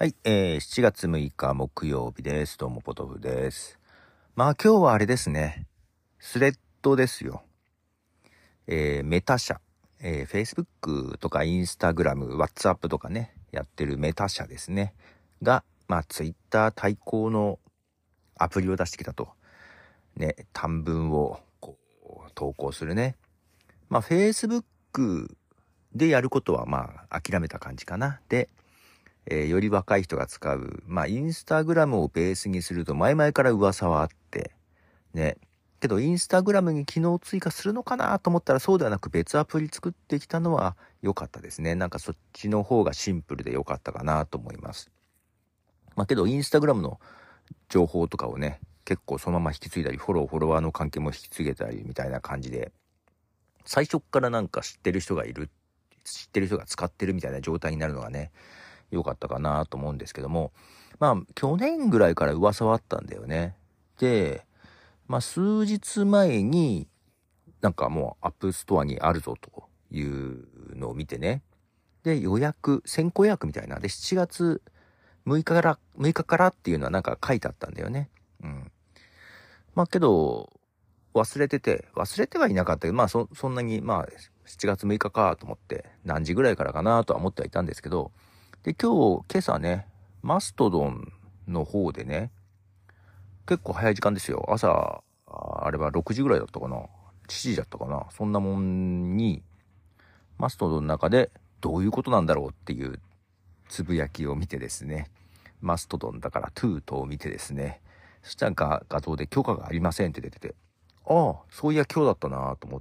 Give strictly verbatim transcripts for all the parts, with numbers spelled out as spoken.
はい、えー、しちがつむいか木曜日です。どうもポトフです。まあ今日はあれですね。スレッドですよ。えー、メタ社。えー、Facebook とか Instagram、WhatsApp とかね、やってるメタ社ですね。が、まあ Twitter 対抗のアプリを出してきたと。ね、短文をこう投稿するね。まあ Facebook でやることはまあ諦めた感じかな。で、えー、より若い人が使う、まあ、インスタグラムをベースにすると前々から噂はあって、ね。けど、インスタグラムに機能追加するのかなと思ったらそうではなく別アプリ作ってきたのは良かったですね。なんかそっちの方がシンプルで良かったかなと思います。まあ、けど、インスタグラムの情報とかをね、結構そのまま引き継いだり、フォロー、フォロワーの関係も引き継げたりみたいな感じで、最初からなんか知ってる人がいる、知ってる人が使ってるみたいな状態になるのがね、良かったかなと思うんですけども、まあ去年ぐらいから噂はあったんだよね。で、まあ数日前になんかもうアップストアにあるぞというのを見てね。で、予約、先行予約みたいな。で、しちがつむいかから、むいかからっていうのはなんか書いてあったんだよね。うん。まあけど、忘れてて、忘れてはいなかったけど、まあそ、そんなに、まあ、しちがつむいかかと思って、何時ぐらいからかなとは思ってはいたんですけど、で、今日、今朝ね、マストドンの方でね、結構早い時間ですよ。朝、あれはろくじぐらいだったかな。しちじだったかな。そんなもんに、マストドンの中でどういうことなんだろうっていうつぶやきを見てですね、マストドンだからトゥートを見てですね、そしたら画画像で許可がありませんって出てて、ああ、そういや今日だったなと思って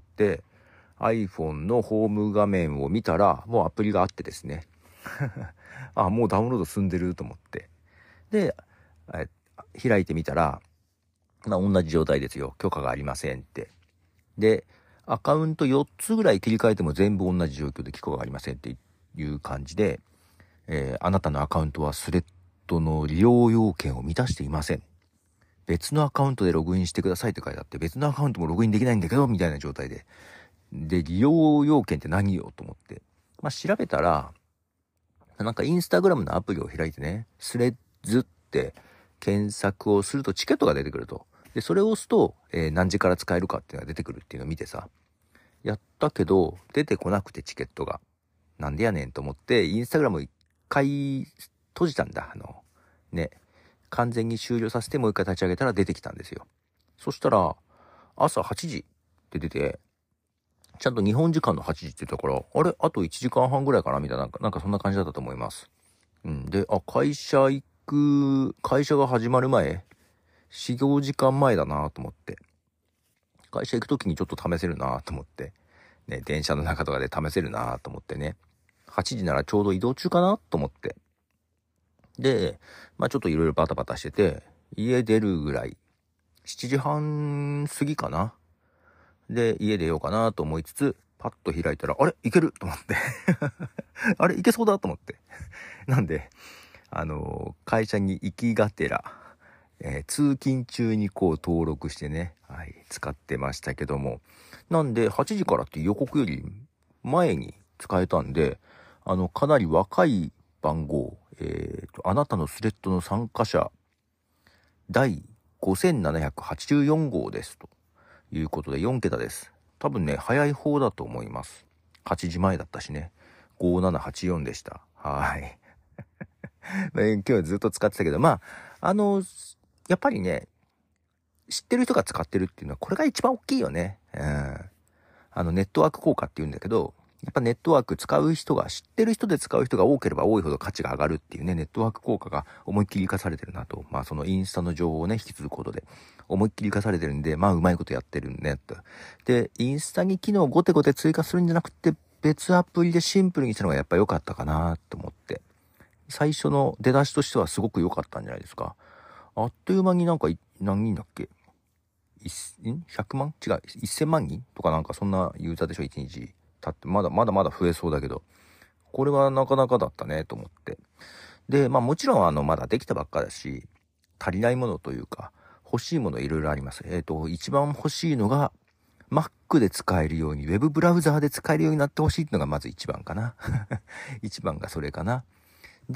、iPhone のホーム画面を見たら、もうアプリがあってですね、あ、もうダウンロード済んでると思って。で、え開いてみたら、まあ、同じ状態ですよ。許可がありませんって。で、アカウントよっつぐらい切り替えても全部同じ状況で許可がありませんっていう感じで、えー、あなたのアカウントはスレッドの利用要件を満たしていません。別のアカウントでログインしてくださいって書いてあって、別のアカウントもログインできないんだけど、みたいな状態で。で、利用要件って何よと思って。まあ、調べたら、なんかインスタグラムのアプリを開いてね、スレッズって検索をするとチケットが出てくると。で、それを押すと、えー、何時から使えるかっていうのが出てくるっていうのを見てさ、やったけど、出てこなくてチケットが。なんでやねんと思って、インスタグラムを一回閉じたんだ。あの、ね。完全に終了させてもう一回立ち上げたら出てきたんですよ。そしたら、朝はちじって出て、ちゃんと日本時間のはちじって言ったから、あれあといちじかんはんぐらいかなみたいな、なんか、なんかそんな感じだったと思います。うん。で、あ、会社行く、会社が始まる前、始業時間前だなと思って。会社行くときにちょっと試せるなと思って。ね、電車の中とかで試せるなと思ってね。はちじならちょうど移動中かなと思って。で、まあちょっといろいろバタバタしてて、家出るぐらい、しちじはん過ぎかな。で、家出ようかなと思いつつ、パッと開いたら、あれいけると思って。あれいけそうだと思って。なんで、あのー、会社に行きがてら、えー、通勤中にこう登録してね、はい、使ってましたけども。なんで、はちじからって予告より前に使えたんで、あの、かなり若い番号、えーと、あなたのスレッドの参加者、第ごせんななひゃくはちじゅうよん号です。ということでよん桁です。多分ね、早い方だと思います。はちじまえだったしね。ごななはちよんでした。はい。今日ずっと使ってたけど、まあ、あの、やっぱりね、知ってる人が使ってるっていうのは、これが一番大きいよね。うん。あの、ネットワーク効果って言うんだけど、やっぱネットワーク使う人が、知ってる人で使う人が多ければ多いほど価値が上がるっていうね、ネットワーク効果が思いっきり活かされてるなと。まあそのインスタの情報をね、引き継ぐことで思いっきり活かされてるんで、まあうまいことやってるね、と。で、インスタに機能をゴテゴテ追加するんじゃなくて、別アプリでシンプルにしたのがやっぱ良かったかなと思って。最初の出だしとしてはすごく良かったんじゃないですか。あっという間になんか、何人だっけひゃくまん違う。せんまん人とかなんかそんなユーザーでしょ、いちにち経って。まだまだまだ増えそうだけど。これはなかなかだったね、と思って。で、まあもちろんあの、まだできたばっかだし、足りないものというか、欲しいものいろいろあります。えっと、一番欲しいのが、Mac で使えるように、Web ブラウザーで使えるようになってほしいっていうのがまず一番かな。一番がそれかな。で、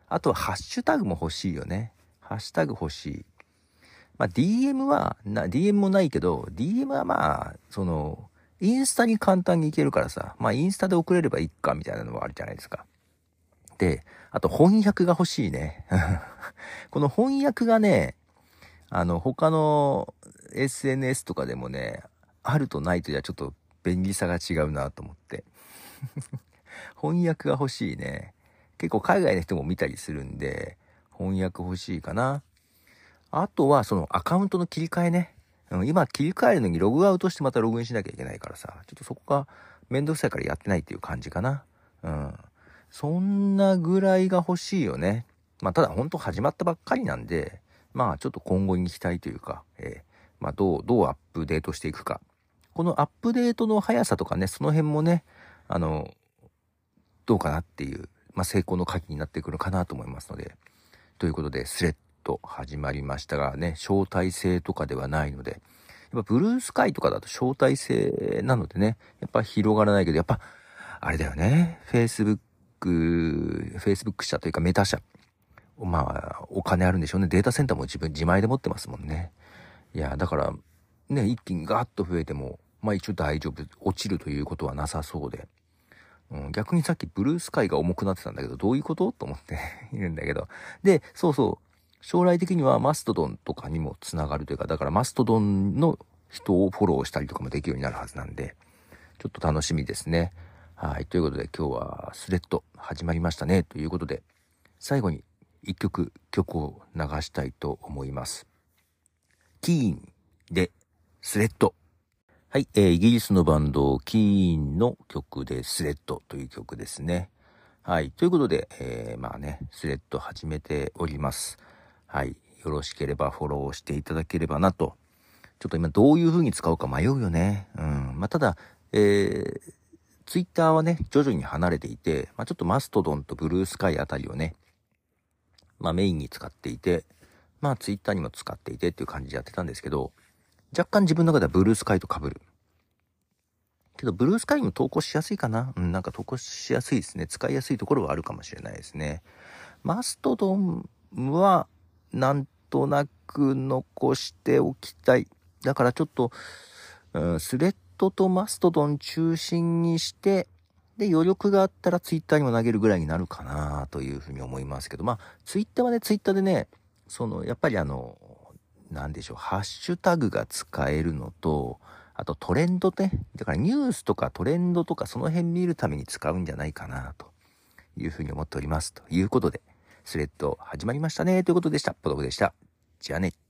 あとはハッシュタグも欲しいよね。ハッシュタグ欲しい。まあ ディーエム はな、ディーエム もないけど、ディーエム はまあ、その、インスタに簡単にいけるからさ、まあインスタで送れればいいかみたいなのもあるじゃないですか。で、あと翻訳が欲しいね。この翻訳がね、あの、他の エスエヌエス とかでもね、あるとないとじゃちょっと便利さが違うなと思って。翻訳が欲しいね。結構海外の人も見たりするんで、翻訳欲しいかな。あとはそのアカウントの切り替えね。うん、今切り替えるのにログアウトしてまたログインしなきゃいけないからさ、ちょっとそこがめんどくさいからやってないっていう感じかな。うん。そんなぐらいが欲しいよね。まあただ本当始まったばっかりなんで、まあちょっと今後に期待というか、えー、まあどう、どうアップデートしていくか。このアップデートの速さとかね、その辺もね、あの、どうかなっていう、まあ成功の鍵になってくるかなと思いますので。ということで、スレッド始まりましたがね、招待制とかではないので、やっぱブルースカイとかだと招待制なのでね、やっぱ広がらないけど、やっぱ、あれだよね、Facebook、Facebook 社というかメタ社。まあ、お金あるんでしょうね。データセンターも自分自前で持ってますもんね。いや、だから、ね、一気にガーッと増えても、まあ一応大丈夫。落ちるということはなさそうで。うん、逆にさっきブルースカイが重くなってたんだけど、どういうことと思っているんだけど。で、そうそう。将来的にはマストドンとかにもつながるというか、だからマストドンの人をフォローしたりとかもできるようになるはずなんで、ちょっと楽しみですね。はい。ということで今日はスレッド始まりましたね。ということで、最後に一曲曲を流したいと思います。キーンでスレッド。はい、えー、イギリスのバンドキーンの曲でスレッドという曲ですね。はい、ということで、えー、まあね、スレッド始めております。はい、よろしければフォローしていただければなと。ちょっと今どういう風に使うか迷うよね。うん、まあただ、えー、ツイッターはね、徐々に離れていて、まあちょっとマストドンとブルースカイあたりをね、まあメインに使っていて、まあツイッターにも使っていてっていう感じでやってたんですけど、若干自分の中ではブルースカイと被る。けど、ブルースカイにも投稿しやすいかな。うん、なんか投稿しやすいですね。使いやすいところはあるかもしれないですね。マストドンは、なんとなく残しておきたい。だからちょっと、うん、スレッドとマストドン中心にして、で、余力があったらツイッターにも投げるぐらいになるかなというふうに思いますけど、まあ、ツイッターはね、ツイッターでね、その、やっぱりあの、なんでしょう、ハッシュタグが使えるのと、あとトレンドね、だからニュースとかトレンドとかその辺見るために使うんじゃないかなというふうに思っております。ということで、スレッド始まりましたねということでした。ポトフでした。じゃあね。